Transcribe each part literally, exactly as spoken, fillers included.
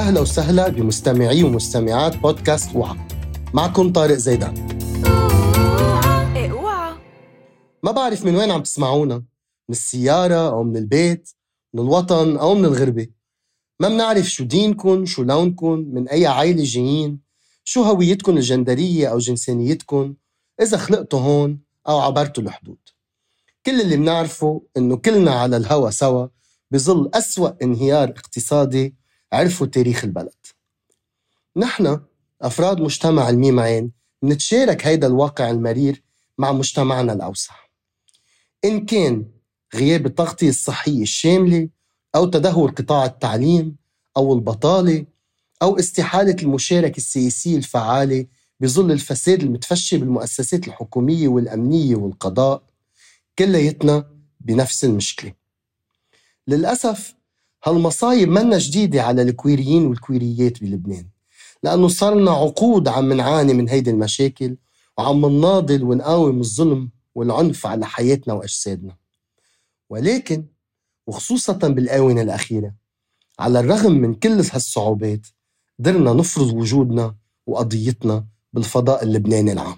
أهلا وسهلا بمستمعي ومستمعات بودكاست وعى. معكم طارق زيدان. ما بعرف من وين عم تسمعونا، من السيارة أو من البيت، من الوطن أو من الغربة. ما بنعرف شو دينكم، شو لونكم، من أي عائلة جايين، شو هويتكم الجندرية أو جنسانيتكم، إذا خلقتوا هون أو عبرتوا الحدود. كل اللي بنعرفه إنه كلنا على الهوا سوا بظل أسوأ انهيار اقتصادي عرفوا تاريخ البلد. نحن أفراد مجتمع الميم عين نتشارك هيدا الواقع المرير مع مجتمعنا الأوسع، إن كان غياب التغطية الصحية الشاملة أو تدهور قطاع التعليم أو البطالة أو استحالة المشاركة السياسية الفعالة بظل الفساد المتفشي بالمؤسسات الحكومية والأمنية والقضاء. كليتنا بنفس المشكلة. للأسف هالمصايب منا جديدة على الكويريين والكويريات بلبنان، لأنه صارنا عقود عم منعاني من هيدي المشاكل وعم مناضل ونقاوم الظلم والعنف على حياتنا وأجسادنا. ولكن وخصوصاً بالآونة الأخيرة، على الرغم من كل هالصعوبات قدرنا نفرض وجودنا وقضيتنا بالفضاء اللبناني العام.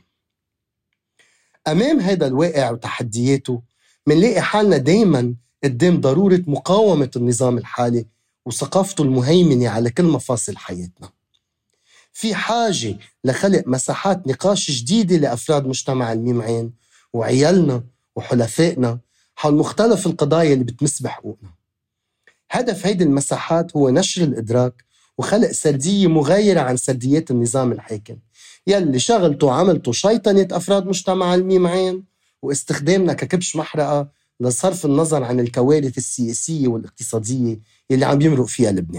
أمام هذا الواقع وتحدياته منلاقي حالنا دايماً قدام ضرورة مقاومة النظام الحالي وثقافته المهيمنة على كل مفاصل حياتنا. في حاجة لخلق مساحات نقاش جديدة لأفراد مجتمع الميم عين وعيالنا وحلفائنا حول مختلف القضايا اللي بتمس بحقوقنا. هدف هيدي المساحات هو نشر الإدراك وخلق سردية مغايرة عن سرديات النظام الحاكم يلي شغلته وعملته شيطنة أفراد مجتمع الميم عين واستخدامنا ككبش محرقة لصرف النظر عن الكوارث السياسية والاقتصادية يلي عم يمرق فيها لبنان.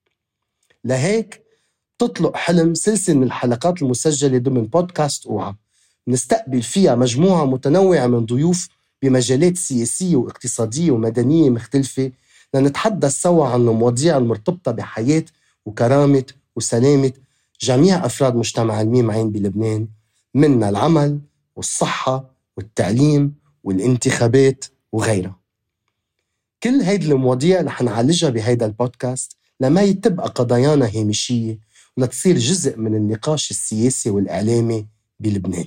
لهيك تطلق حلم سلسلة من الحلقات المسجلة ضمن بودكاست وعى نستقبل فيها مجموعة متنوعة من ضيوف بمجالات سياسية واقتصادية ومدنية مختلفة لنتحدث سوا عن المواضيع المرتبطة بحياة وكرامة وسلامة جميع أفراد مجتمع الميم عين بلبنان، منها العمل والصحة والتعليم والانتخابات وغيرها. كل هيدي المواضيع رح نعالجها بهيدا البودكاست لما يتبقى قضايانا هامشية ولتصير جزء من النقاش السياسي والإعلامي بلبنان.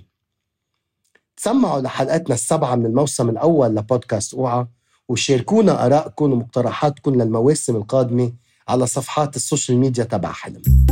تسمعوا لحلقتنا السبعة من الموسم الأول لبودكاست وعى وشاركونا آراءكم ومقترحاتكم للمواسم القادمة على صفحات السوشيال ميديا تبع حلم.